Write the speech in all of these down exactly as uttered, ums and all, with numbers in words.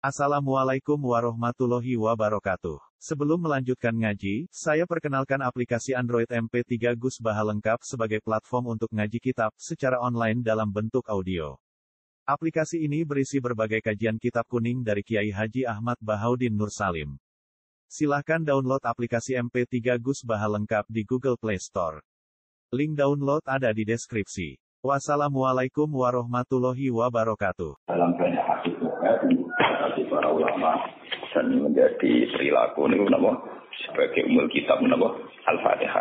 Assalamualaikum warahmatullahi wabarakatuh. Sebelum melanjutkan ngaji, saya perkenalkan aplikasi Android M P tiga Gus Baha lengkap sebagai platform untuk ngaji kitab secara online dalam bentuk audio. Aplikasi ini berisi berbagai kajian kitab kuning dari Kiai Haji Ahmad Bahaudin Nur Salim. Silahkan download aplikasi M P tiga Gus Baha lengkap di Google Play Store. Link download ada di deskripsi. Wassalamualaikum warahmatullahi wabarakatuh. Dalam banyak hadis dari para ulama dan menjadi perilaku ini menapa sebagai umul kitab menapa Al-Fatihah.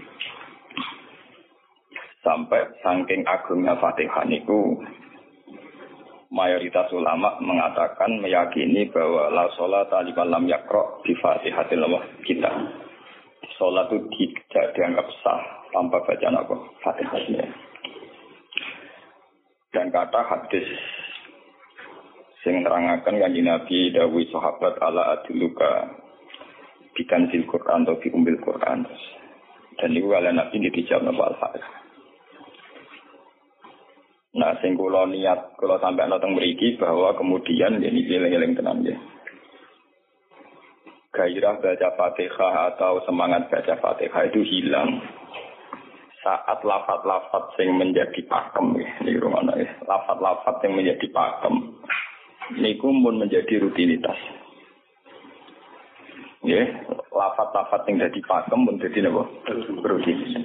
Sampai saking agungnya Fatihah niku mayoritas ulama mengatakan meyakini bahwa la sholata liman lam yaqra bi Fatihatil kitab. Salat itu tidak dianggap sah tanpa bacaan apa Fatihahnya. Dan kata hadis sing nerangaken kanjeng Nabi dawuh sahabat ala adluka bikan sil Quran atau bi umbil Quran. Dan niku ala Nabi dijawab napa Al-Fatihah. Nah, sing kula niat kula sampai nang mriki bahwa kemudian ini eling-eling tenan nggih. Gairah baca Fatihah atau semangat baca Fatihah itu hilang saat lafaz-lafaz yang menjadi pakem ini rumana ya. Lafaz-lafaz yang menjadi pakem niku mun menjadi rutinitas. Nggih, lafaz-lafaz yang jadi pakem mun dadi napa? Rutinitas.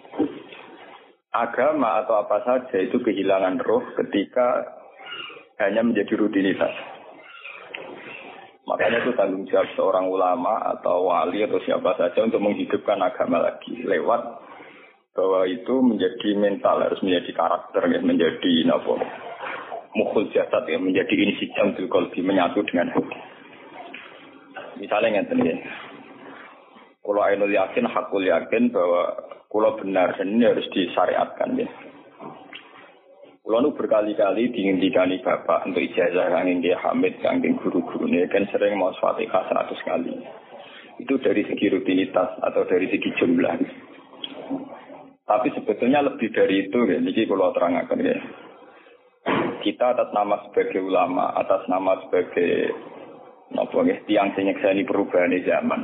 Agama atau apa saja itu kehilangan roh ketika hanya menjadi rutinitas. Makanya itu tanggung jawab seorang ulama atau wali atau siapa saja untuk menghidupkan agama lagi lewat bahwa itu menjadi mental, harus menjadi karakter, ya, menjadi apa? Mukhul jasad, ya, menjadi insijam bil qalbi, menyatu dengan hati. Misalnya ngeten ya. Kalau ainul yakin, hakul yakin bahwa kalau benar dan ini harus disyariatkan ya. Kalau nu berkali-kali dihentikan bapak untuk ijazah kangge Kiai Hamid, kangge guru-guru ini kan sering mau Fatihah seratus kali. Itu dari segi rutinitas atau dari segi jumlah. Tapi sebetulnya lebih dari itu ya. Niki kalau terangkan ya. Kita atas nama sebagai ulama, atas nama sebagai apa ya, tiang sing nyekseni perubahan zaman.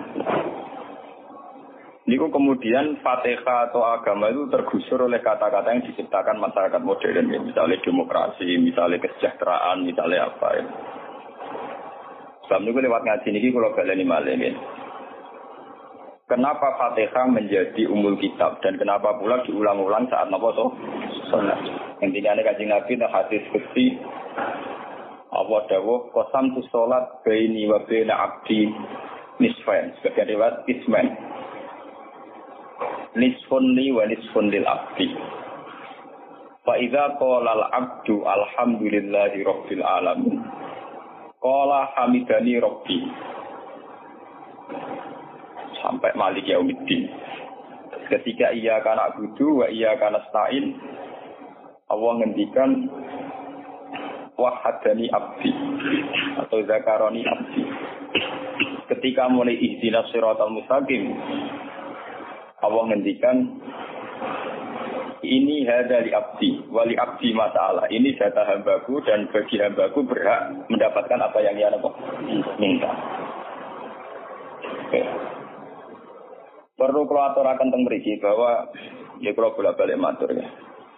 Niku kemudian Fatihah atau agama itu tergusur oleh kata-kata yang diciptakan masyarakat modern, ya. Misalnya demokrasi, misalnya kesejahteraan, misalnya apa ya. Sebab niku lewat ngaji niki kalau baleni malih ya. Kenapa Fatihah menjadi umul kitab dan kenapa pula diulang-ulang saat napa to? Salat. Intinya nek Kanjeng Nabi ta hadis qudsi apa dawuh qasam tu salat baini wa baina abdi nisfain sebagai riwayat isman. Nisfun li wa nisfun lil abdi. Fa idza qala al abdu alhamdulillahi rabbil alamin. Qala hamidani rabbi. Sampai malik yaumiddin. Ketika ia kana abudu wa ia kana stain, Allah ngendikan wahadani abdi atau zakaroni abdi. Ketika mulai ihdinas siratal mustaqim, Allah ngendikan ini hadali abdi wali abdi masalah. Ini data hambaku dan bagi hambaku berhak mendapatkan apa yang ia minta. Okay. Perlu kalau aturakan teng mriki bahwa ya kalau bolak-balik matur ya.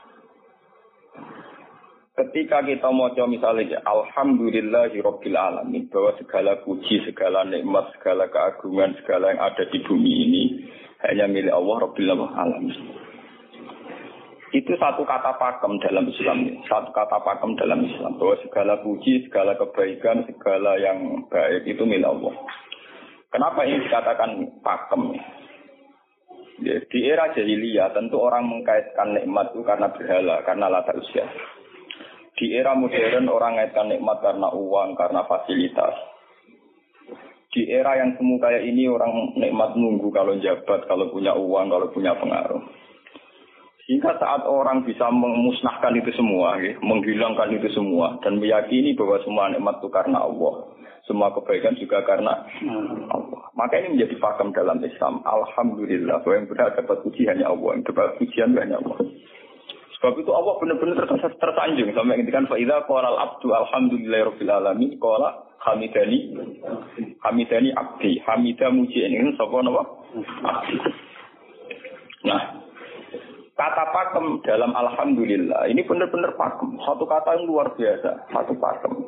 Ketika kita maca misalnya alhamdulillahirabbil alamin bahwa segala puji, segala nikmat, segala keagungan, segala yang ada di bumi ini hanya milik Allah Rabbil alamin. Itu satu kata pakem dalam Islam, satu kata pakem dalam Islam bahwa segala puji, segala kebaikan, segala yang baik itu milik Allah. Kenapa ini dikatakan pakem? Ya, di era jahiliyah tentu orang mengkaitkan nikmat itu karena berhala, karena lata usia. Di era modern orang mengaitkan nikmat karena uang, karena fasilitas. Di era yang semu kayak ini orang nikmat nunggu kalau jabat, kalau punya uang, kalau punya pengaruh. Sehingga saat orang bisa memusnahkan itu semua, ya, menghilangkan itu semua, dan meyakini bahwa semua nikmat itu karena Allah. Semua kebaikan juga karena Allah. Maka ini menjadi pakem dalam Islam. Alhamdulillah, bahwa yang benar dapat puji hanya Allah, yang dapat pujian hanya Allah. Sebab itu Allah benar-benar tersanjung sampai ngendikan fa idza qala al-abdu alhamdulillahirabbil alamin qala hamidani hamidani abdi hamida muji ini sapa napa abdi. Nah, kata pakem dalam alhamdulillah ini benar-benar pakem, satu kata yang luar biasa, satu pakem.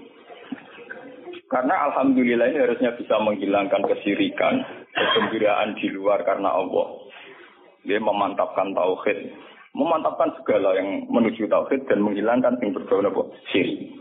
Karena alhamdulillah ini harusnya bisa menghilangkan kesyirikan, kegembiraan di luar karena Allah. Dia memantapkan tauhid, memantapkan segala yang menuju tauhid dan menghilangkan yang berbau apa? Syirik.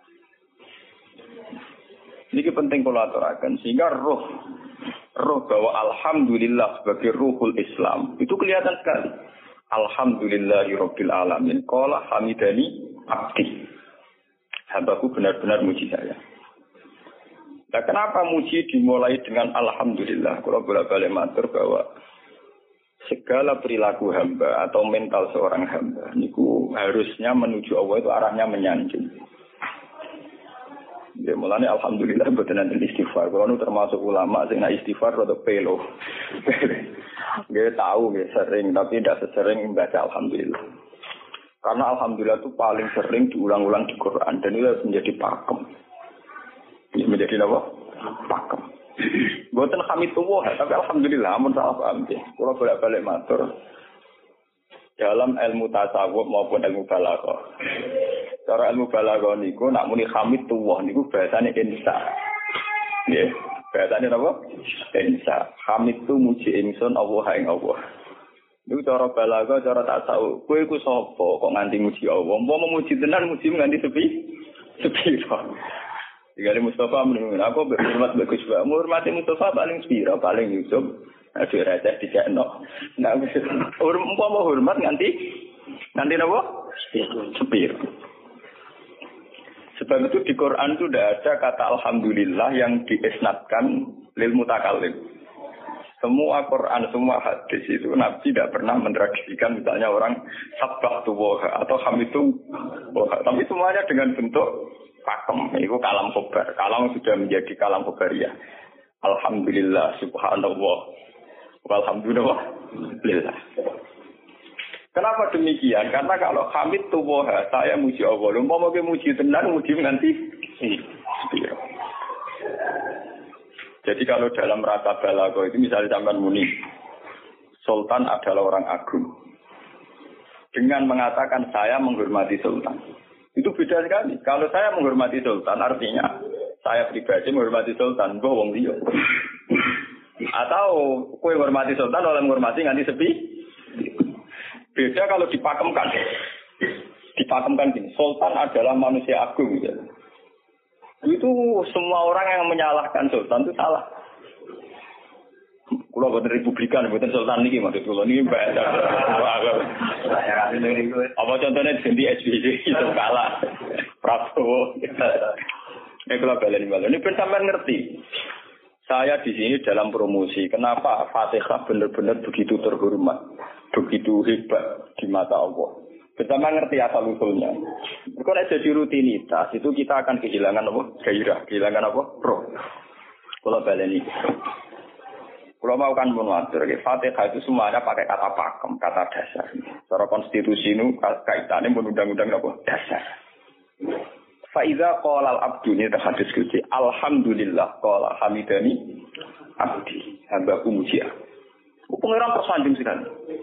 Ini penting kalau aturakan sehingga roh roh bahwa alhamdulillah sebagai ruhul Islam itu kelihatan sekali. Alhamdulillahirabbil alamin. Qala hamidani abdi. Hambaku benar-benar muji saya. Nah, kenapa muji dimulai dengan alhamdulillah? Kalau bolak-balik matur bahwa segala perilaku hamba atau mental seorang hamba niku harusnya menuju Allah itu arahnya menyanjung. Ya mulane alhamdulillah mboten enten istighfar. Kalau nu termasuk ulama sing nak istighfar rada pelo. Nggih tahu nggih sering tapi tidak sesering membaca alhamdulillah. Karena alhamdulillah itu paling sering diulang-ulang di Quran dan itu menjadi pakem. Ini menjadi apa? Pakem. Mboten hamidullah tapi alhamdulillah amun salah paham nggih. Kula bolak-balik matur. Dalam ilmu tasawuf maupun ilmu balaghah. Cara ilmu balaghah niku nak muni hamidullah niku bahasane insa. Nggih, bahasane napa? Insa. Hamid tu muji ingsun Allah ing Allah. Niku cara balaghah, cara tasawuf. Kowe iku sapa kok nganti muji Allah? Umpama muji tenan muji nganti sepi? Sepi to. Digale Mustafa menurut aku berhormat bagus wae. Menghormati Mustafa paling sepira, paling Yusuf. Aduh receh dikekno. Nah, umpama hormat nganti nganti napa? Sepir. Sebab itu di Quran itu tidak ada kata alhamdulillah yang diisnadkan lil mutakallim. Semua Quran, semua hadis itu Nabi tidak pernah mentradisikan misalnya orang sabbahtu wa atau hamidu wa. Tapi semuanya dengan bentuk pakem. Itu kalam khobar. Kalam sudah menjadi kalam khobariyah. Alhamdulillah, subhanallah. Walhamdulillah. Kenapa demikian? Karena kalau hamid tuwoha, saya muji Allah. Umpama ke muji tenan, muji nanti. Jadi kalau dalam rasa balaghah itu misalnya zaman muni, Sultan adalah orang agung. Dengan mengatakan saya menghormati Sultan. Itu beda sekali. Kalau saya menghormati Sultan, artinya saya pribadi menghormati Sultan. Gue wong liya. Atau kue menghormati Sultan oleh menghormati nganti sepi. Beda kalau dipakemkan. Dipakemkan gini. Sultan adalah manusia agung. Gitu. Itu semua orang yang menyalahkan Sultan itu salah. Kalau buatan Republikan, buatan Sultan ini maksud kalau ini bahasa. Apa contohnya ganti S B Y itu kalah. Prabowo. Ini kalau balen-balen. Ini benar-benar ngerti. Saya di sini dalam promosi. Kenapa Fatihah benar-benar begitu terhormat, begitu hebat di mata Allah. Bersama ngerti asal usulnya. Kalau jadi rutinitas itu kita akan kehilangan apa? Gairah, kehilangan apa? Roh. Kalau baleni. Kalau mau kan mengatur, Fatihah itu semuanya pakai kata pakem, kata dasar. Secara konstitusi itu kaitannya menundang-undang apa? Dasar. Faiza qala al-abdu ni hadis kunci. Alhamdulillah qala hamidani abdi. Hambaku muji aku. Pengiran tersanjung sekali.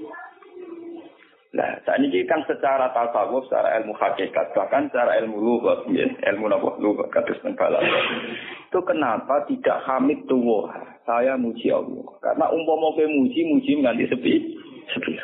Nah, saat ini kan secara tasawuf, secara ilmu hakikat, bahkan secara ilmu lughat, ya, ilmu napa lughat kados teng balaghah. Itu kenapa tidak hamid tuwah? Saya muji Allah. Karena umpama kowe muji, muji nganti sepi, sepi.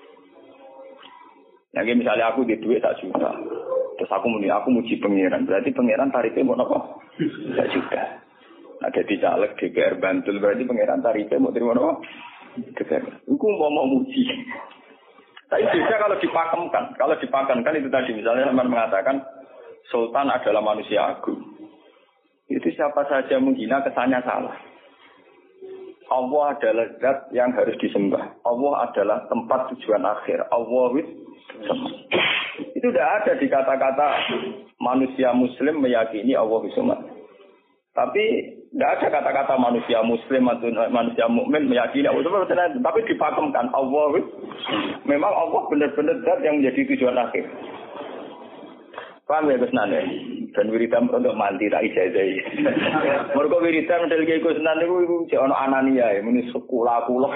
Nah, misalnya aku di duit sak juta. Terus aku muni, aku muji pangeran. Berarti pangeran tarifnya mau apa? sak juta. Nah, jadi caleg D P R Bantul berarti pangeran tarifnya mau terima apa? D P R. Iku mau mau muji. Tapi beda kalau dipakemkan. Kalau dipakemkan itu tadi misalnya teman mengatakan Sultan adalah manusia agung. Itu siapa saja menghina kesannya salah. Allah adalah zat yang harus disembah. Allah adalah tempat tujuan akhir. Allah wis. Itu tidak ada di kata-kata manusia muslim meyakini Allah wis. Tapi Tapi tidak ada kata-kata manusia muslim atau manusia mukmin meyakini Allah. Tapi dipakemkan Allah. Memang Allah benar-benar zat yang menjadi tujuan akhir. Paham ya Gus Nan ya? Dan wiridan untuk mandi tak ijazah. Mergo wiridan model iki Gus Nan niku iku jek ana anania ya, muni sekula-kula.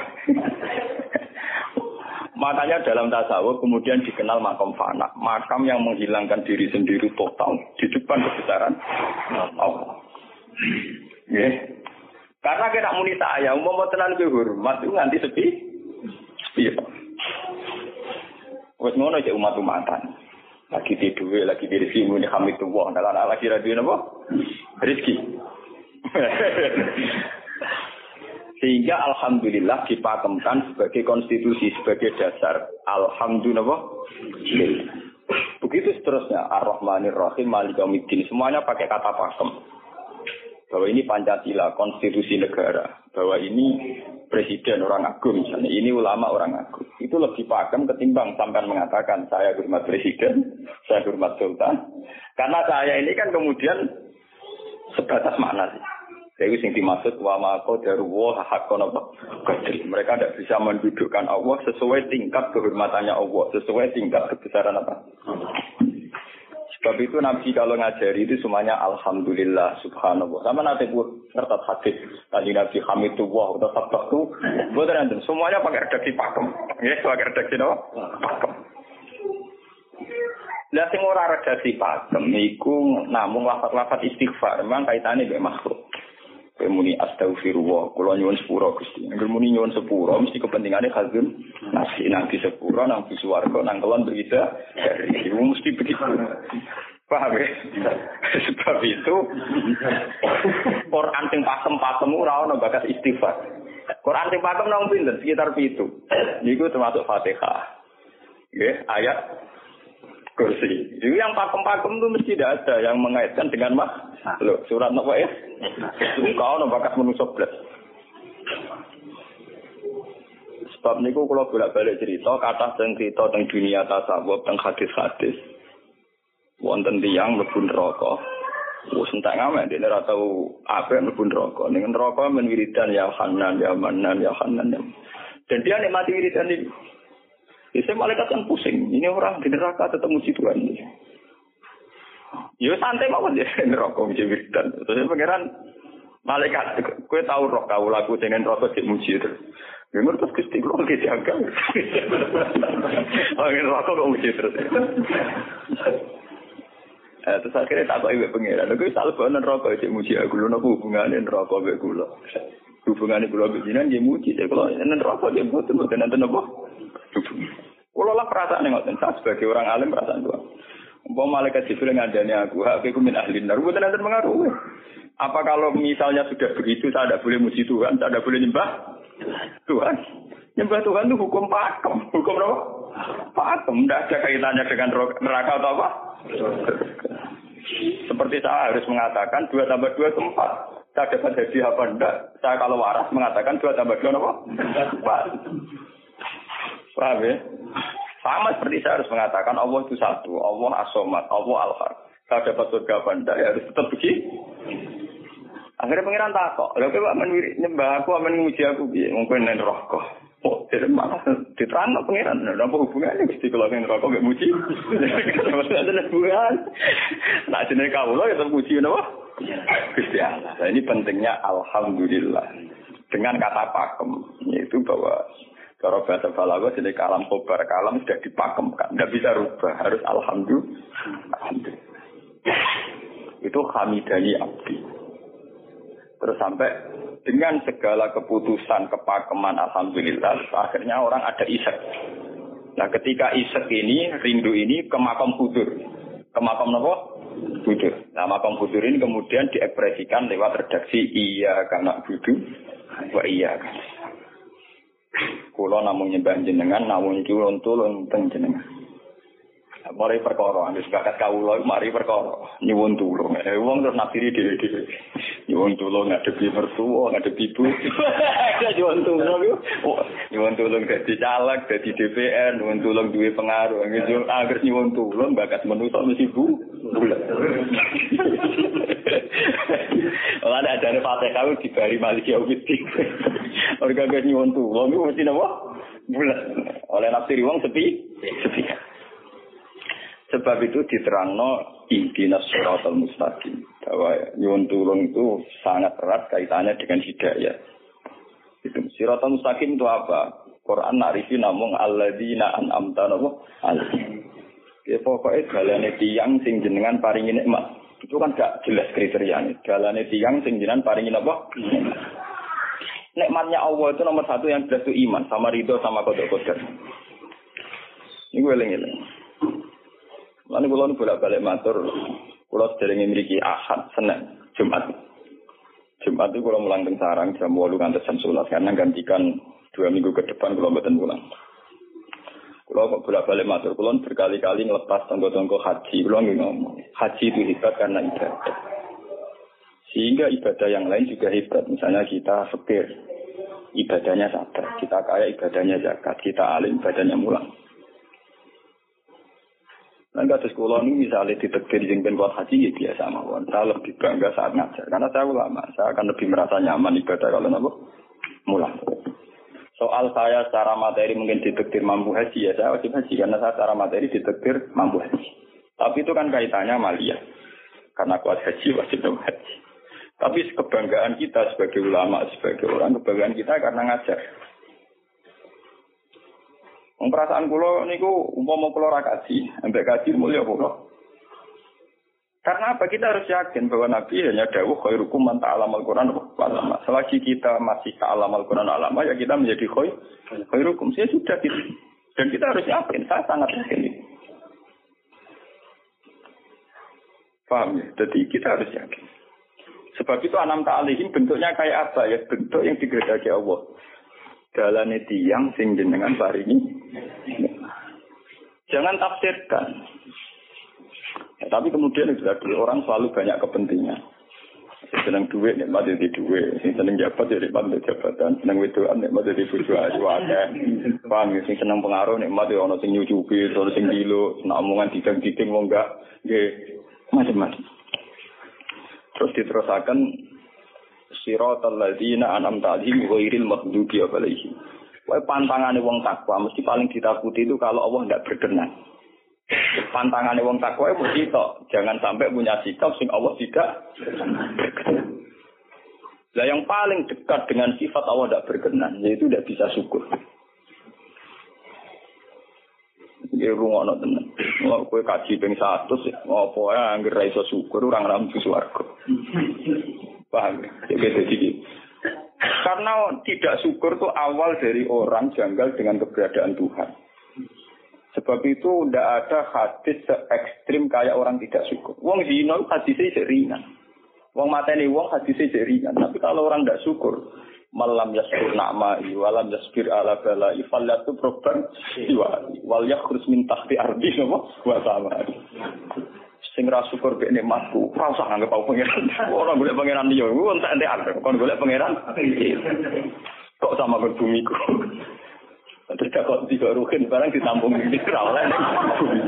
Makanya dalam tasawuf kemudian dikenal makam fana, makam yang menghilangkan diri sendiri total di depan kebesaran Allah. Nggih. Karena kita muni saya, umpama tenan ki hormat itu nganti sepi. Sepi. Wes ngono cek umat-umatan. Lagi di duwe, lagi di rezeki muni hamidullah, dalan lagi ra duwe napa? Rezeki. Sehingga alhamdulillah dipakemkan sebagai konstitusi, sebagai dasar. Alhamdulillah. Begitu seterusnya. Ar-Rahmanir Rahim, Maliki Yaumiddin. Semuanya pakai kata pakem. Bahwa ini Pancasila, konstitusi negara. Bahwa ini presiden orang agung misalnya. Ini ulama orang agung. Itu lebih pakem ketimbang sampai mengatakan saya hormat presiden, saya hormat sultan. Karena saya ini kan kemudian sebatas makna sih. Jadi yang dimaksud wa ma qadaru wa haqqan qadri. Mereka tidak bisa mendudukkan Allah sesuai tingkat kehormatannya Allah, sesuai tingkat kebesaran apa. Sebab itu Nabi kalau ngajari itu semuanya alhamdulillah subhanallah. Sama nanti pun ngerti hadis tadi Nabi hamidullah atau sabtu. Betul semuanya pakai redaksi pakem. Ya, pakai redaksi apa? Pakem. Lah sing ora redaksi pakem niku namung lafaz-lafaz istighfar, memang kaitane mbek makhluk. Muni astagfirullah, kula nyuwun sepura Gusti. Nek muni nyuwun sepura mesti kepentingane khazun nasi nang di sepura nang di swarga nang kelon berita dari itu mesti begitu. Paham ya? Sebab itu Quran sing pakem-pakem ora ono bakas istighfar. Quran sing pakem nang pinten sekitar pitu. Niku termasuk Fatihah. Nggih, ayat kursi. Jadi yang pakem-pakem itu mesti tidak ada yang mengaitkan dengan mak. Loh, surat apa ya? Kau nak bakat manusia belas. Sebab niku kalau bolak-balik cerita, kata tentang cerita tentang dunia tasawuf, tentang hadis-hadis. Wonten tiyang mlebu neraka. Wis entek ngamek dene ora tau apik mlebu neraka. Ning neraka men wiridan ya Hanan ya Manan ya Hanan. Dan dia nikmati wiridan itu. Bisa malaikat kan pusing. Ini orang di neraka tetap muji Tuhan. Ya santai mawon ya neraka muji wiridan. Terus pangeran malaikat kowe tau roh kau laku dengan neraka sik muji terus. Ya ngertos Gusti kula iki jaga. Oh neraka kok muji terus. Eh terus akhirnya tak kok iwek pangeran. Kowe salebane neraka sik muji aku lho napa hubungane neraka mek kula. Hubungane kula mek jenengan nggih muji sik kula neraka nggih mboten mboten enten apa. Kalau lah perasaan yang ngoten sebagai orang alim perasaan Tuhan. Umpama malaikat Jibril ngandani aku, aku min ahli nar, bukan nanti mengaruh. Apa kalau misalnya sudah begitu, saya tidak boleh muji Tuhan, saya tidak boleh nyembah Tuhan. Nyembah Tuhan itu hukum pakem, hukum apa? Pakem, tidak ada kaitannya dengan neraka atau apa. Seperti saya harus mengatakan dua tambah dua itu empat. Saya dapat hadiah apa enggak? Saya kalau waras mengatakan dua tambah dua apa? Empat. Paham ya? Sama seperti saya harus mengatakan Allah itu satu, Allah as-somad, Allah al-har. Saya dapat surga apa enggak, ya harus tetap begitu. Akhirnya pengiran takok, lha kowe amen nyembah aku, amen nguji aku piye? Mungkin nek neraka. Oh, jadi malah diterangno pengiran, lha apa hubungannya mesti kalau nek neraka mek muji? Ada hubungan. Nah, jenenge kawula ya tetep muji napa? Gusti Allah. Nah, ini pentingnya alhamdulillah. Dengan kata pakem, yaitu bahwa kalau bahasa balaghah jadi kalam khobar, kalam sudah dipakemkan, tidak bisa rubah, harus alhamdulillah. Alhamdulillah. Itu hamidani abdi. Terus sampai dengan segala keputusan kepakeman alhamdulillah, akhirnya orang ada isek. Nah ketika isek ini, rindu ini ke makam hudur. Ke makam apa? Hudur. Nah makam hudur ini kemudian diekspresikan lewat redaksi iya kana budu wa iya kana. Kula namung nyembah jenengan, namung nyuwun tulung teng jenengan. Mari perkara, wis bakat kawula mari perkara nyuwun tulung. Eh wong terus nafiri dhewe-dhewe. Nyuwun tulung ngadepi mertua, ngadepi ibu. Nyuwun tulung yo. Nyuwun tulung dadi caleg, dadi D P R, nyuwun tulung duwe pengaruh. Angger nyuwun tulung bakat manusa mesti bu. Bulan. Ora Mulane Fatihah dibari Maliki Yaumiddin. Orga gak nyuwun tuh, wong iku mesti napa? Bulan. Oleh nafsiri wong sepi, sepi. Sebab itu diterangno ihdinas siratal mustaqim. Bahwa nyuwun tulung itu sangat erat kaitannya dengan hidayah. Itu siratal mustaqim itu apa? Quran narifi namung alladzina an'amta alaihim. Ya pokoknya dalane tiyang sing jenengan paringi nikmat. Itu kan gak jelas kriterianya. Dalane tiyang sing jenengan paringi apa? Nikmatnya Allah itu nomor satu yang jelas itu iman sama ridho sama qada-qadar. Ini gue eling-eling. Lan kula nu bolak-balik matur, kula sederenge mriki Ahad, Senin, Jumat. Jumat itu kula mulang teng sarang jam delapan ngantos jam sebelas karena gantikan dua minggu ke depan kula mboten pulang. Kula kok bolak-balik matur, kula berkali-kali ngelepas tonggo-tonggo haji, kula ngomong, haji itu hebat karena ibadah. Sehingga ibadah yang lain juga hebat. Misalnya kita fakir, ibadahnya sabar. Kita kaya, ibadahnya zakat. Kita alim, ibadahnya mulang. Dan kasus kula ini misalnya ditekdir yang ben kuat haji ya biasa mawon. Saya lebih bangga saat ngajar karena saya ulama. Saya akan lebih merasa nyaman ibadah kalau napa mulang. Soal saya secara materi mungkin ditekdir mampu haji ya saya wajib haji karena saya secara materi ditekdir mampu haji. Tapi itu kan kaitannya maliyah. Karena kuat haji wajib haji. Tapi kebanggaan kita sebagai ulama, sebagai orang kebanggaan kita karena ngajar. Perasaan kula niku umpama kula ra kaji, ambek kaji mulya kula. Karena apa? Kita harus yakin bahwa Nabi hanya dawuh khairukum man ta'allama al-Qur'an wa 'allama. Selagi kita masih ta'allama al-Qur'an wa 'allama, ya kita menjadi khair khairukum. Saya sudah gitu. Dan kita harus yakin, saya sangat yakin. Paham ya? Jadi kita harus yakin. Sebab itu anam ta'alihim bentuknya kayak apa ya? Bentuk yang digedaki Allah. Dalane tiyang sing jenengan paringi. Jangan tafsirkan. Ya, tapi kemudian itu tadi orang selalu banyak kepentingan. Sing seneng duit nikmat di duit, sing seneng jabat ya nikmat di jabatan, seneng wedoan nikmat di bojo ayu akeh. Paham ya, sing seneng pengaruh nikmat ya ana sing nyucupi, ana sing dilo, nek omongan didang-diding wong enggak nggih macam-macam. Terus diterusaken siratal ladzina an'amta 'alaihim ghairil maghdubi 'alaihim. Wae pantangane wong takwa mesti paling ditakuti itu kalau Allah tidak berkenan. Pantangane wong takwa mesti tok, jangan sampai punya sikap sing Allah tidak berkenan. Lah yang paling dekat dengan sifat Allah tidak berkenan yaitu tidak bisa syukur. Ya rungono tenan. Mau kowe kaji ping seratus apa ae anggere ra iso syukur ora ngramu swarga. Paham ya? Jadi, karena tidak syukur itu awal dari orang janggal dengan keberadaan Tuhan. Sebab itu tidak ada hadis se-ekstrim kayak orang tidak syukur. Wong zina hadisnya ringan. Wong mateni wong hadisnya ringan. Tapi kalau orang tidak syukur, malam yaskur na'ma'i walam yasbir ala bala'i fallatu proban siwali wal yakhrus min tahti ardi wa samari. Sing ra syukur mek nikmatku, ora usah anggap aku pangeran. Ora golek pangeran liya, ku entek-entekan, kon golek pangeran. Kok sama karo bumiku. Terus kok tiga ruhin barang ditampung iki ora oleh nek bumi.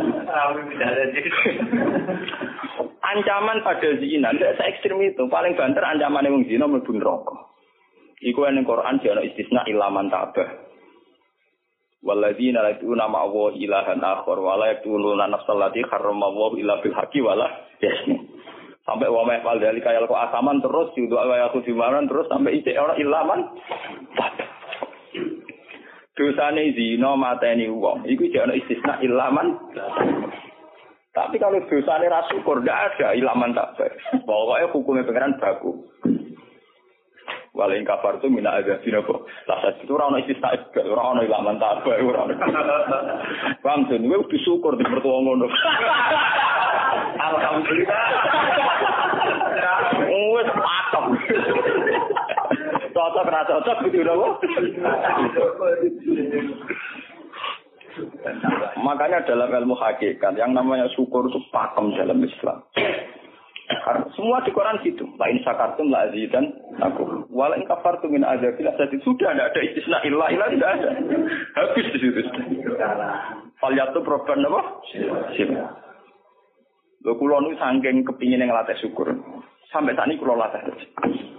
Ancaman pada zina, ndak se ekstrem itu. Paling banter ancamane wong zina mlebu neraka. Iku ning Quran ana istisna ilaman tabah. Walladzina la yu'minuna ma wa ilahan akhar wa la yaquluna nafsal lati harrama wa illa bil haqqi wala yasmi. Sampai wa ma fal dari kaya kok asaman terus yudu wa aku dimaran terus sampai ite ora ilaman. Dosane zina mateni wong iku jek ana istisna ilaman. Tapi kalau dosane ra syukur ndak ada ilaman tak. Pokoke hukume pangeran baku. Walain kafar tu mina ada sini kok. Lah itu orang istisna orang orang ilaman tabah orang. Bang sen gue bersyukur di mertua ngono. Alhamdulillah. Wes patok. Cocok ra cocok gitu lho. Makanya dalam ilmu hakikat yang namanya syukur itu pakem dalam Islam. Semua di Quran gitu. La in syakartum la azidan aku. Wala in kafartum min azabil azab. Sudah tidak ada istisna illa illa tidak ada. Habis di situ. Fal yatu proban apa? Sip. Lho kula nu saking kepingin ngelatih syukur. Sampai saat ini kula latih terus.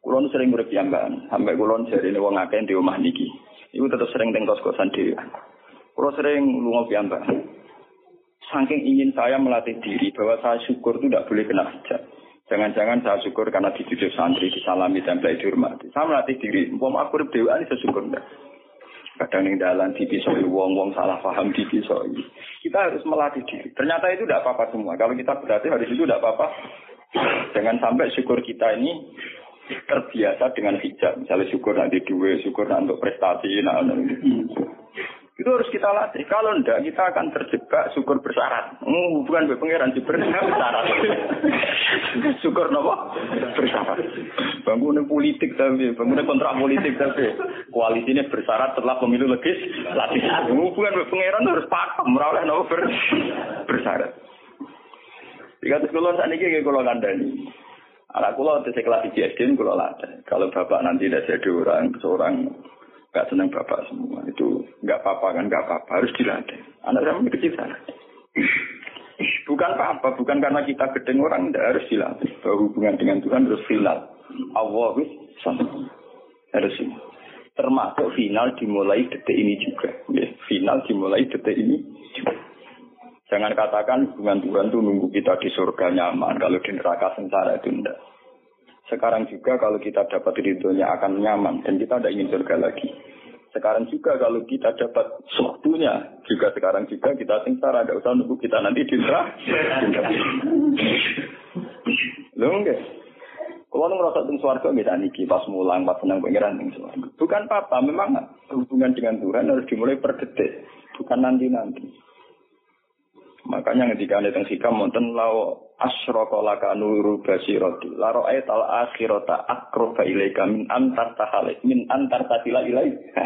Kulo nu sering urip piyambakan, sampai kulo jarine wong akeh di omah niki. Iku tetep sering teng kos-kosan dhewe. Kulo sering lunga piyambakan. Saking ingin saya melatih diri bahwa saya syukur itu tidak boleh kena hujat. Jangan-jangan saya syukur karena dididik santri, disalami, tempel, dihormati. Saya melatih diri, umpama aku urip dhewean iso syukur ndak. Kadang ning dalan dipisoi wong-wong salah paham dipisoi. Kita harus melatih diri. Ternyata itu tidak apa-apa semua. Kalau kita berarti hari itu tidak apa-apa. Jangan sampai syukur kita ini terbiasa dengan hijab. Misalnya syukur nanti duit, syukur nanti untuk prestasi. Nah, nah, itu harus kita latih. Kalau tidak, kita akan terjebak syukur bersyarat. Hmm, bukan berpengeran, bersyarat. Syukur apa? Bersyarat. Bangunan politik tapi, bangunan kontrak politik tapi. Koalisinya bersyarat setelah pemilu legislatif. Hmm, bukan berpengeran, harus pakem. Meraulah apa ber, bersyarat. Jika sekolah saat ini, kalau kandani. Anak kulo di kelas I J S D kulo latih. Kalau bapak nanti tidak jadi orang, seorang nggak senang bapak semua itu nggak apa-apa kan nggak apa-apa harus dilatih. Anak saya masih kecil sana. Bukan apa-apa, bukan karena kita gedeng orang tidak harus dilatih. Bahwa hubungan dengan Tuhan harus final. Allah wis sama harus ini. Termasuk final dimulai detik ini juga. Ya, final dimulai detik ini juga. Jangan katakan hubungan Tuhan itu nunggu kita di surga nyaman. Kalau di neraka sengsara itu tidak. Sekarang juga kalau kita dapat ridhonya akan nyaman. Dan kita tidak ingin surga lagi. Sekarang juga kalau kita dapat suhtunya. Juga sekarang juga kita sengsara. Tidak usah nunggu kita nanti di neraka. Loh enggak. Kalau orang merasa di surga kita niki pas mulang, pas senang pengiran di surga. Bukan apa-apa. Memang hubungan dengan Tuhan harus dimulai per detik. Bukan nanti-nanti. Makanya ketika ada yang hikam wonten lao asyraka laka nuru basirati la ra'aital akhirata aqraba ilaika min antar tahalik min antar tatila ilaika.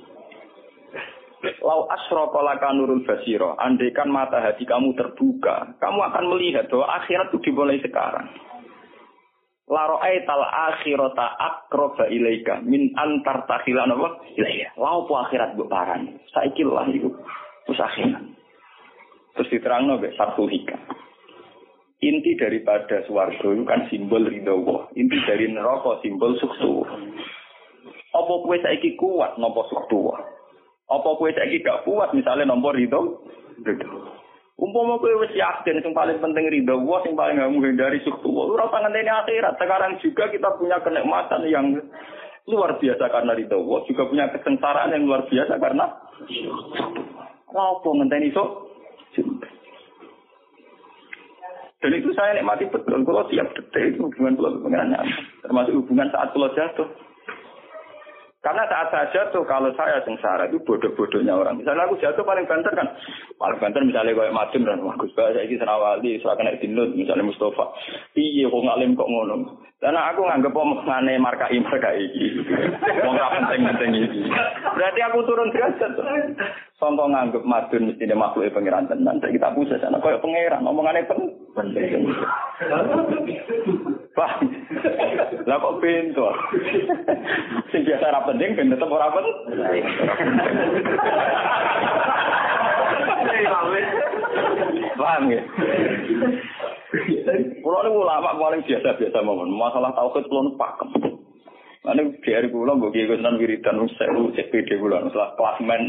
Lau asyraka laka nurul basira, andaikan mata hati kamu terbuka, kamu akan melihat bahwa akhirat itu dimulai sekarang. La ra'aital akhirata aqraba ilaika min antar tahila napa ilaika. Lau po akhirat mbok parani. Saiki lah iku wis akhirat. Terus diterangno mek satu hikam. Inti daripada swarga itu kan simbol ridho Allah. Inti dari neraka simbol sukses. Apa kowe saiki kuat nampa sukses? Apa kowe saiki gak kuat misalnya nampa ridho? Ridho. Umpama kowe wis yakin sing paling penting ridho Allah, sing paling gak menghindari sukses. Ora usah ngenteni akhirat. Sekarang juga kita punya kenikmatan yang luar biasa karena ridho Allah, juga punya kesengsaraan yang luar biasa karena apa ngenteni sok? Dan itu saya nikmati betul. Kalau tiap detik itu hubungan pulau pengirannya, termasuk hubungan saat pulau jatuh. Karena saat saya jatuh, kalau saya sengsara itu bodoh-bodohnya orang. Misalnya aku jatuh paling banter kan, paling banter misalnya kayak Madun dan wah Gus Bah, saya ini Serawali, saya kena dinut, misalnya Mustafa. Iya, kok ngalim kok ngono. Karena aku nganggep omongannya markai markai gitu. Wong gak penting-penting iki. Berarti aku turun derajat tuh. Contoh nganggep Madun mesti makhluk pengiran tenan. Kita pusat sana koyo pangeran omongannya penting. Wah. Lah kok pintu. Sing biasa ra penting ben tetep ora penting. Paham ya? Kulo niku ulama paling biasa-biasa mawon. Masalah tauhid kulo pakem. Ane biar kula mbok iki tenan wiridan wis sewu C P D kula masalah klasmen.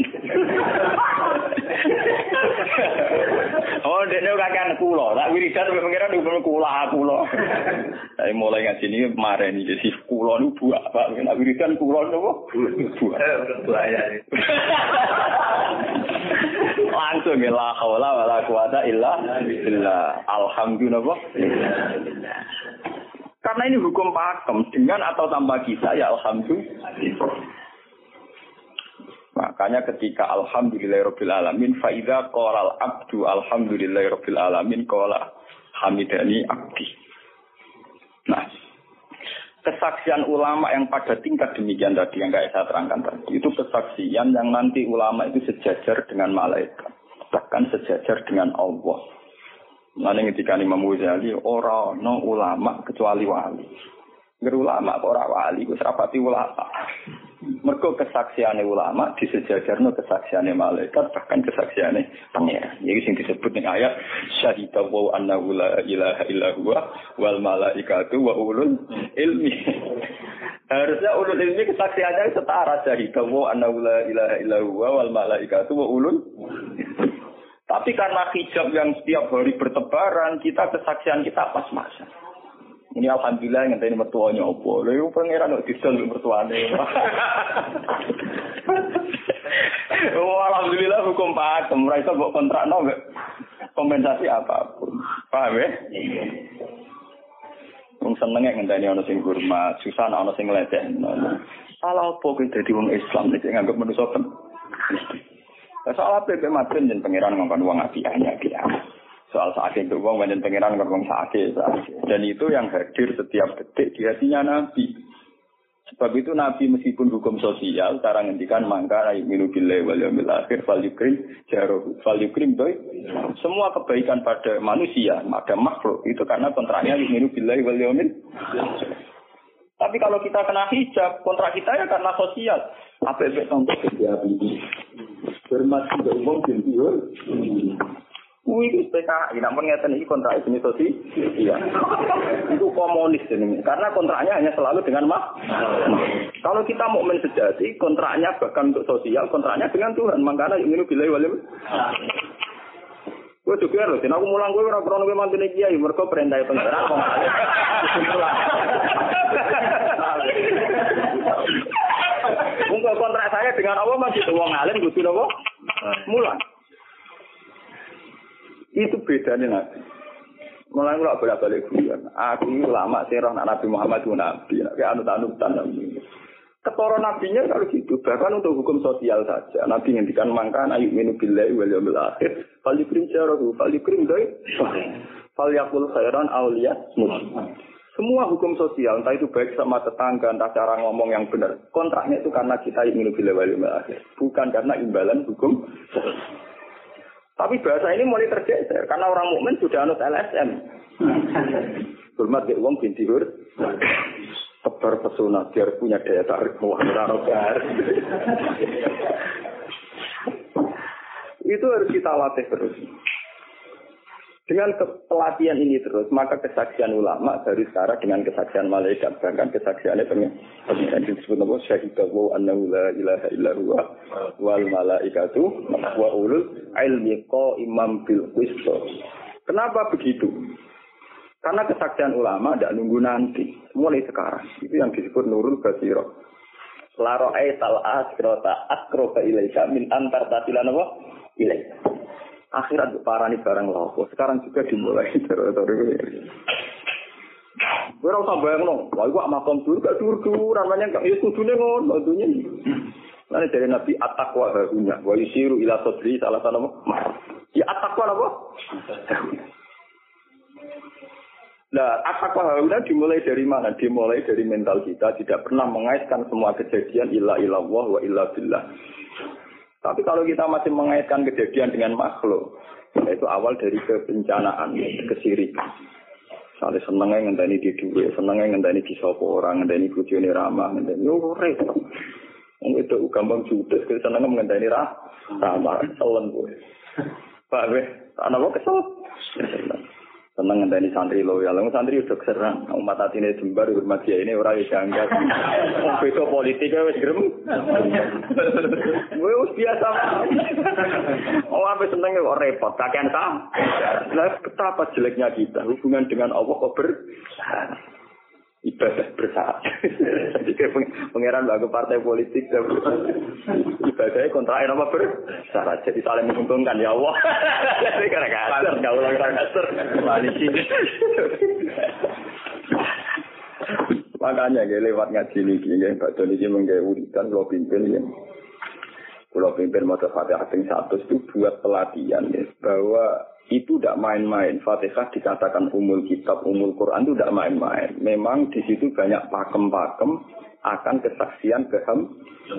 Oh, dene kakean kula, tak wiridan sampe pengiran nduk kula kula. Saya mulai ngaji ini kemarin iki si kula niku buak, Pak. Nek wiridan kula niku buak. Bahaya. Langsung la haula wala quwata illa billah. Alhamdulillah. Karena ini hukum pakem, dengan atau tanpa kisah, ya alhamdulillah. Makanya ketika alhamdulillahirabbil alamin, fa idza qala al-abdu alhamdulillahirabbil alamin qala hamidani abdi. Nah, kesaksian ulama yang pada tingkat demikian tadi yang kayak saya terangkan tadi, itu kesaksian yang nanti ulama itu sejajar dengan malaikat, bahkan sejajar dengan Allah. Mana ketika Imam Ghazali orang no ulama kecuali wali. Nggak ulama kok ora wali, wis rapati ulama. Mergo kesaksiane ulama disejajarno kesaksiane malaikat bahkan kesaksiane pangeran. Iki sing disebut ning ayat syahida wa annahu la ilaha illa huwa wal malaikatu wa ulul ilmi. Harusnya ulul ilmi kesaksiannya setara dari kamu annahu la ilaha illallah wal malaikatu wa ulul. Tapi karena hijab yang setiap hari bertebaran, kita kesaksian kita pas-pasan. Ini alhamdulillah yang tadi mertuanya opo. Lha pangeran kok disel mertuane. Oh alhamdulillah hukum pakem, ora iso mbok kontrakno kompensasi apapun. Paham ya? Wong senenge ngenteni ana sing hormat, susah ana sing ngledekno. Salah opo kuwi dadi wong Islam nek nganggep manusa kan. Soal apa yang maten dan pangeran ngomong uang apiannya dia. Soal sakit itu uang dan pangeran ngomong sakit, dan itu yang hadir setiap detik di hatinya Nabi. Sebab itu Nabi meskipun hukum sosial, cara ngendikan mangka ayat minu billahi wal yaumil akhir fal yukrim jarohu fal yukrim doi. Semua kebaikan pada manusia, pada makhluk itu karena kontraknya minu billahi wal yaumil akhir. Tapi kalau kita kena hijab, kontrak kita ya karena sosial. Apa efek contoh kerja ini? Hormat tidak umum bintiur. Wih, itu P K I. Namun ngeten ini kontrak jenis sosial. Iya. Itu komunis ini. Karena kontraknya hanya selalu dengan mak. Kalau kita mukmin sejati, kontraknya bahkan untuk sosial, kontraknya dengan Tuhan. Makanya ini bilai walim. Gue juga loh, aku mulang gue orang-orang gue mantu nih kiai, mereka perintah pengeran kok. Untuk kontrak saya dengan Allah masih uang alim, gue sudah kok mulang. Itu bedanya nanti. Mulai gue bolak balik guyon. Aku lama sih roh Nabi Muhammad itu nabi, kayak anut-anutan nabi. Ketoro nabinya kalau gitu, bahkan untuk hukum sosial saja. Nabi ngendikan mangkan ayu minu billahi wal yaumil akhir. Fal yukrim syarahu, fal yukrim doi. Fal yakul khairan auliya muslim. Semua hukum sosial, entah itu baik sama tetangga, entah cara ngomong yang benar. Kontraknya itu karena kita ayu minu billahi wal yaumil akhir, bukan karena imbalan hukum sosial. Tapi bahasa ini mulai tergeser karena orang mukmin sudah anut L S M. Hormat ke uang binti hur. Tebar pesona biar punya daya tarik mewah-wah. Itu harus kita latih terus. Dengan pelatihan ini terus, maka kesaksian ulama dari sekarang dengan kesaksian malaikat, bahkan kesaksiannya pengen disebut nama syahidahu annahu la ilaha illallah wal malaikatu wa ulul ilmi qaiman bil qist. Kenapa begitu? Karena kesaksian ulama tidak nunggu nanti, mulai sekarang. Itu yang disebut nurul basirah. La ra'aital asrata akroba ilaika min antar tasilan apa? Ilaika. Akhirat parani barang lopo. Sekarang juga dimulai teritori. Ora usah bayangno, lha iku makom dulu gak dur-dur, namanya gak ya kudune ngono dunya. Lan dari Nabi at-taqwa harunya, wa yusiru ila sadri salah satu. Ya at-taqwa apa? Nah, at-taqwa harunya dimulai dari mana? Dimulai dari mental kita, tidak pernah mengaitkan semua kejadian illa illallah wa illa billah. Tapi kalau kita masih mengaitkan kejadian dengan makhluk, itu awal dari kebencanaan, kesirikan. Misalnya senengnya ngenteni di duwe, senengnya ngenteni di sopo orang, ngenteni bojone ramah, ngenteni yo repot. Wong itu gampang judes, senengnya ngenteni ramah, selen kowe. Pak weh, ana kok kesel. Seneng ngenteni santri loyal, santri udah keserang, umat atine jembar hormat dia ini ora wis janggal. Wong beda politik wis grem. Wis biasa. Oh sampe seneng kok repot, kakean ta. Lah betapa jeleknya kita hubungan dengan Allah kok ber ibadah bersahabat. Jadi pangeran bagi partai politik ibadahnya kontra apa bersyarat. Jadi saling menguntungkan ya Allah. Jadi kadang-kadang nggak ulang kadang-kadang koalisi. Makanya ya, lewat ngaji ini, ya, Pak Doni ini menggawe uritan kalau pimpin ya. Kalau pimpin mau Fatihah yang satu itu buat pelatihan ya, bahwa itu tidak main-main. Fatihah dikatakan umul kitab, umul Quran itu tidak main-main. Memang di situ banyak pakem-pakem akan kesaksian keham.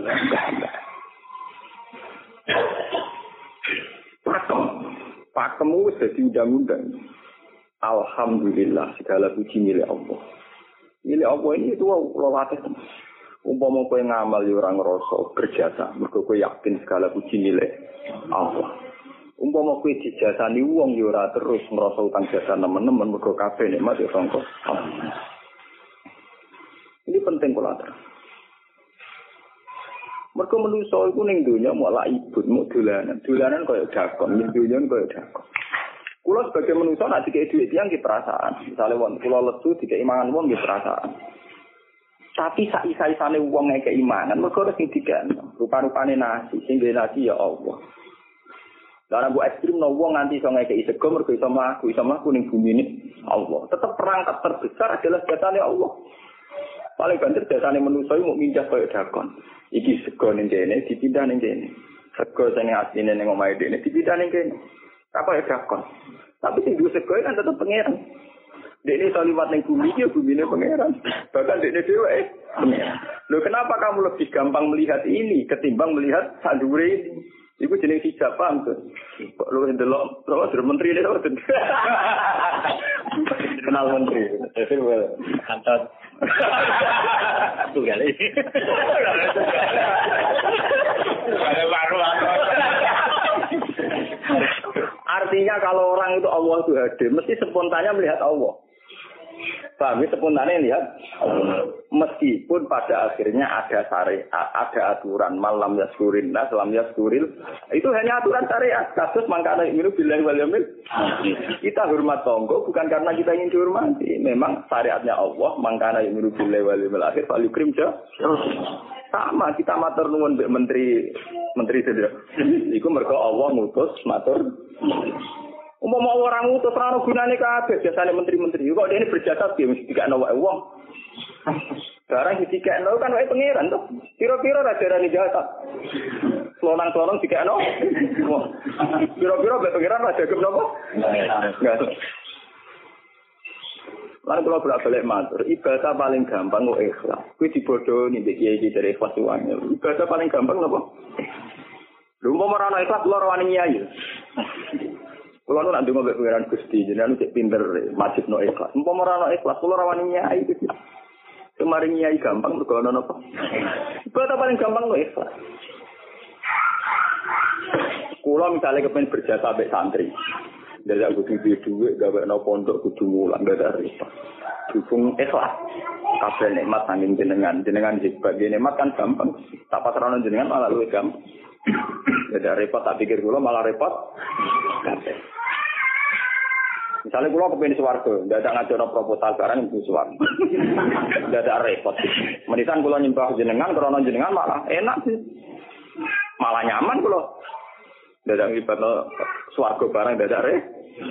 Pakem, pakem itu jadi undang-undang. Alhamdulillah segala puji milik Allah. Milik Allah ini itu latih. Umpama kowe ngamal yo ora ngrasa berjasa, mergo kowe yakin segala puji milik Allah. Umpama kowe dijasani wong yo ora terus merasa utang jasa nemen-nemen mergo kabeh nikmat yo sangka. Ini penting kula terus. Mergo manusa iku ning donya mau laibut, mau dolanan. Dolanan koyo dakon, ning donya koyo dakon. Kula sebagai manusa nek dikek dhuwit tiyang ki perasaan. Misale wong kula lesu dikek imangan wong ki perasaan. Tapi saisa-isane wong ngekek imangan mergo sing dikekno. Rupa-rupane nasi, sing dhewe nasi ya Allah. Lah nek ekstrem no wong nganti iso ngekeki sego mergo iso mlaku, iso mlaku ning bumi ini Allah. Tetep perangkat terbesar adalah jasane Allah. Paling banter jasane manusa iku mung mindah koyo dakon. Iki sego ning kene dipindah ning kene. Sego sing asline ning omahe dene dipindah ning kene. Apa ya dakon. Tapi sing duwe sego kan tetep pangeran. Dekne iso liwat ning bumi iki bumine pangeran. Bahkan dekne dhewe eh pangeran. Lho kenapa kamu lebih gampang melihat ini ketimbang melihat sak dhuwure ini? Iku jeneng hijab paham tuh. Kok lu ndelok terus menteri ini kok. Kenal menteri. Itu kantor. Tunggal ini. Artinya kalau orang itu Allah itu hadir, mesti spontannya melihat Allah. Paham ya, spontannya lihat Allah. Meskipun pada akhirnya ada syariat, ada aturan malam yaskurin nas, lam yaskuril. Itu hanya aturan syariat. Kasus mangkana miru billahi wal yaumil. Kita hormat tonggo bukan karena kita ingin dihormati. Memang syariatnya Allah, mangkana miru billahi wal yaumil akhir fal yukrim ja. Sama kita matur nuwun mbek menteri menteri sedaya. Iku mergo Allah ngutus matur. Umpama orang ngutus ora ono gunane kabeh biasane menteri-menteri. Kok dene berjasa piye mesti dikakno wae wong. Barang dikakno kan wae pangeran to. Kira-kira ra darani jahat. Selonang-selonang dikakno. Kira-kira wae pangeran ra dagem napa? Enggak. Lan kula bolak-balik matur, ibadah paling gampang kok ikhlas. Kuwi dibodoni mbek kiai dari ikhlas wae. Ibadah paling gampang napa? Lha umpama ora ana ikhlas kula ora wani nyai. Kula nu nak ndonga mbek pangeran Gusti, jenengan cek pinter majibno ikhlas. Umpama ora ana ikhlas kula ora wani nyai iki. Kemarin nyai gampang mergo ana napa? Ibadah paling gampang kok ikhlas. Kula misalnya kepen berjasa mbek santri. Dadak kudu duwe gawe ana pondok kudu mulang dadak repot. Dukung ikhlas. Kabeh nikmat saking jenengan, jenengan sebagai nikmat kan gampang. Tapa terana jenengan malah luwih gampang. Dadak repot tak pikir kula malah repot. Kabeh. Misalnya kula kepengin swarga, dadak ngajono proposal barang ibu swarga. Dadak repot. Menisan kula nyembah jenengan krana jenengan malah enak sih. Malah nyaman kula. Dadak ibadah swarga barang dadak repot.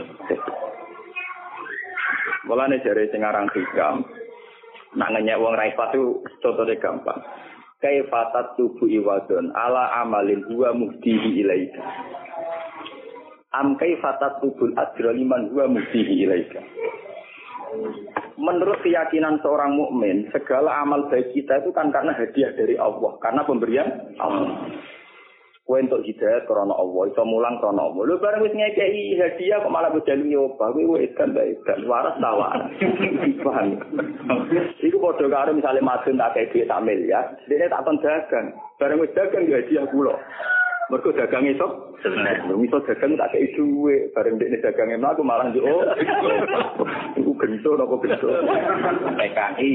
Mulane jare sing aran hikam. Nak ngenyek wong ra ikhlas itu contone gampang. Kaifatat tubu iwadon ala amalin huwa muhdihi ilaika. Am kaifatat tubul ajra liman huwa muhdihi ilaika. Menurut keyakinan seorang mukmin, segala amal baik kita itu kan karena hadiah dari Allah, karena pemberian Allah. Kowe entuk hidayah karena Allah, iso mulang karena Allah. Lho bareng wis ngekeki hadiah kok malah bojalung nyoba, kowe wis kan bae dan waras ta waras. Paham. Iku padha karo misale madun tak kei dhuwit sak miliar, dene tak kon dagang. Bareng wis dagang ya hadiah kula. Mergo dagang iso sebenarnya iso dagang tak kei dhuwit, bareng dekne dagange mlaku malah yo. Iku gento napa gento. P K I.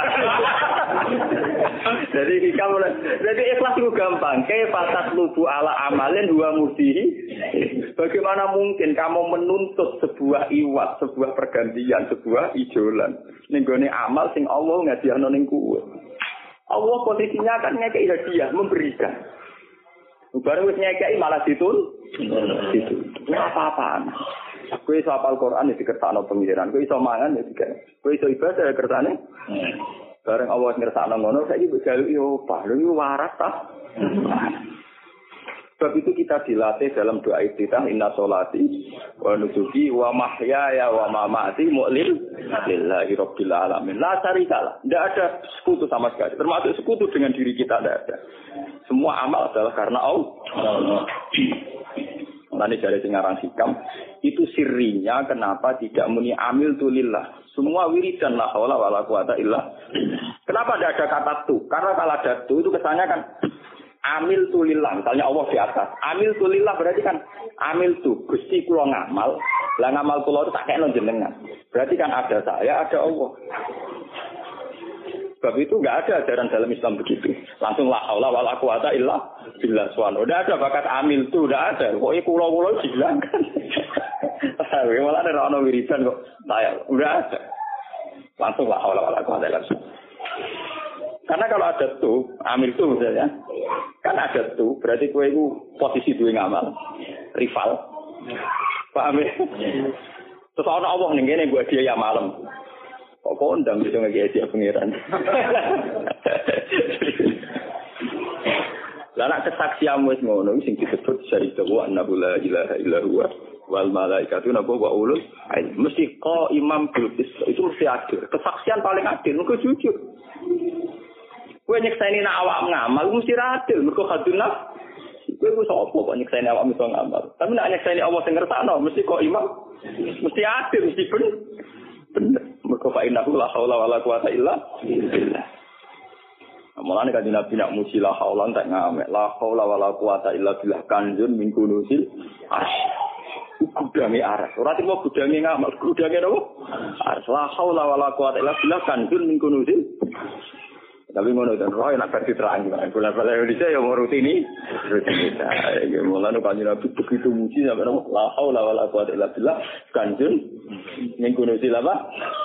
Jadi kita mulai. Jadi ikhlas itu gampang. Kayak fasad lubu ala amalin dua mudihi. Bagaimana mungkin kamu menuntut sebuah iwat, sebuah pergantian, sebuah ijolan. Nenggone amal sing Allah ngadiahno ning kuwe. Allah posisinya kan ngekeki hadiah, memberikan. Bareng wis ngekeki malah ditun. Itu. Apa-apaan. Kowe iso hafal Quran ya dikersakno pengiran. Kowe iso mangan ya dikersakno. Kowe iso ibadah ya kersane. Bareng Allah ngersakno ngono saiki mbok jaluki opah. Lha iki waras ta? Sebab itu kita dilatih dalam doa iftitah inna sholati wa nusuki wa mahyaya wa mamati mu'lil lillahi rabbil alamin. La syarikalah. Tidak ada sekutu sama sekali. Termasuk sekutu dengan diri kita tidak ada. Semua amal adalah karena Allah. Nanti dari singarang hikam itu sirinya kenapa tidak muni amil tulillah. Semua wiridan la haula wala quwata illa. Kenapa tidak ada kata tu? Karena kalau ada tu itu kesannya kan amil tulillah. Misalnya Allah di atas. Amil tulillah berarti kan amil tu Gusti kula ngamal. Lah ngamal kula itu tak kena jenengan. Berarti kan ada saya, ada Allah. Sebab itu nggak ada ajaran dalam Islam begitu. Langsung la haula wala quwata illa billah subhanahu. Udah ada bakat amil tuh, udah ada. Pokoknya kulo-kulo dihilangkan. Malah ada orang wiridan kok. Saya udah ada. Langsung la haula wala quwata illa billah. Karena kalau ada tuh, amil tuh misalnya, kan ada tuh, berarti kue itu posisi dua ngamal, rival. Paham ya? Terus orang Allah nih gini gue dia ya malam. Kok kondang bisa ngegesi dia pengiran. Lah nak kesaksian wis ngono sing disebut syahida wa annahu la ilaha illa huwa wal malaikatu nabo wa ulul ilm. Mesti ko imam bil itu mesti adil. Kesaksian paling adil mergo jujur. Kowe nyekseni nak awak ngamal mesti adil mergo hadunah. Kowe ku sapa kok nyekseni awak iso ngamal. Tapi nak nyekseni Allah sing ngersakno mesti ko imam mesti adil mesti bener. Bener. Mergo fa innahu la haula wala quwata illa billah. Mulane kan Nabi nak muji la haula tak ngamek. La haula wala quwata illa billah kanjun min kunusil asy. Gudange aras. Ora timo gudange ngamal, gudange napa? Aras. La haula wala quwata illa billah kanjun min kunusil. Tapi ngono ten roh nak versi terang kan. Bola-bola Indonesia ya mau rutini. Rutinitas. Mulane kan Nabi begitu muji sampai napa? La haula wala quwata illa billah kanjun min kunusil apa?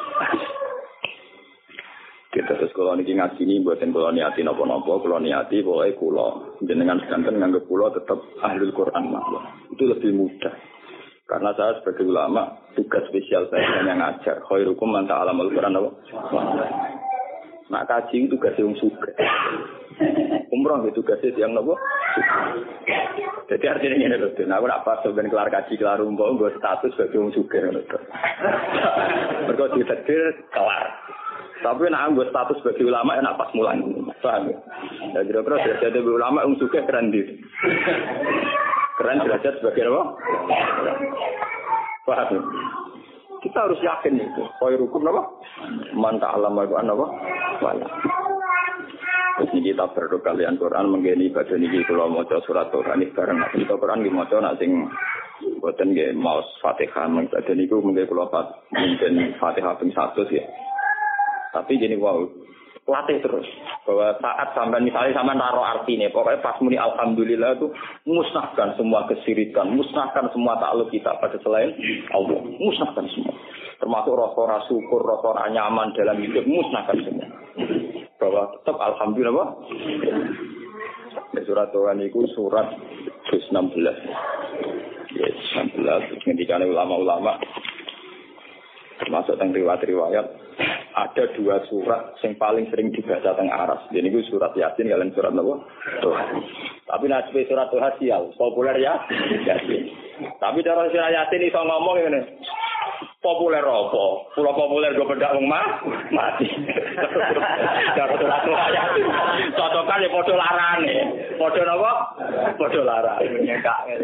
Kita terus kalau niki ngaji ini buatin kalau niati nopo-nopo, kalau niati boleh kulo. Jenengan sekanten nganggep kulo tetap ahlul Quran mah. Itu lebih mudah. Karena saya sebagai ulama tugas spesial saya hanya ngajar. Khairukum man ta'alamul Quran apa? Nak kaji itu tugas yang suka. Umroh itu tugasnya yang nopo. Jadi artinya ini loh. Nah, aku nak pas sebenarnya kelar kaji kelar umroh, gue status sebagai orang suka. Berkau ditakdir kelar. Tapi nak anggo status sebagai ulama enak pas mulan. Paham ya? Ya kira-kira derajat sebagai ulama yang suka keren gitu. Keren derajat sebagai apa? Paham ya? Kita harus yakin itu. Khairukum apa? Man ta'allama al-Qur'an apa? Wala. Terus ini kita berdoa kalian Quran menggeni badan ini kalau maca surat Quran ini bareng. Nah, kita Quran di maca nak sing boten nggih maos Fatihah badan niku mungkin kula mungkin Fatihah ping satu ya. Tapi gini wow, latih terus bahwa saat sampai misalnya sampai naruh artinya, pokoknya pas muni alhamdulillah itu musnahkan semua kesirikan, musnahkan semua takluk kita pada selain Allah, musnahkan semua, termasuk rasa syukur, rasa nyaman dalam hidup, musnahkan semua. Bahwa tetap alhamdulillah, apa? Ya, surat Tuhan itu surat enam belas, ya enam belas, ketika ulama-ulama termasuk tentang riwayat-riwayat. Ada dua surat yang paling sering dibaca teng aras. Jadi itu surat Yasin kalian surat apa? Tuhan. Tapi nasib surat Tuhan sial, populer ya Yasin. Tapi cara surat Yasin iso ngomong ngene. Populer apa? Pulau populer go bedak wong mah mati. Cara surat Tuhan Yasin. Cocokan ya padha larane. Padha napa? Padha larane nyekak ngene.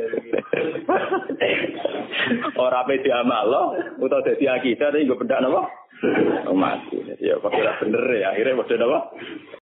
Ora pe diamal utawa dadi akidah iki go bedak napa? Mati. Ya, pakai bener ya. Akhirnya maksudnya apa?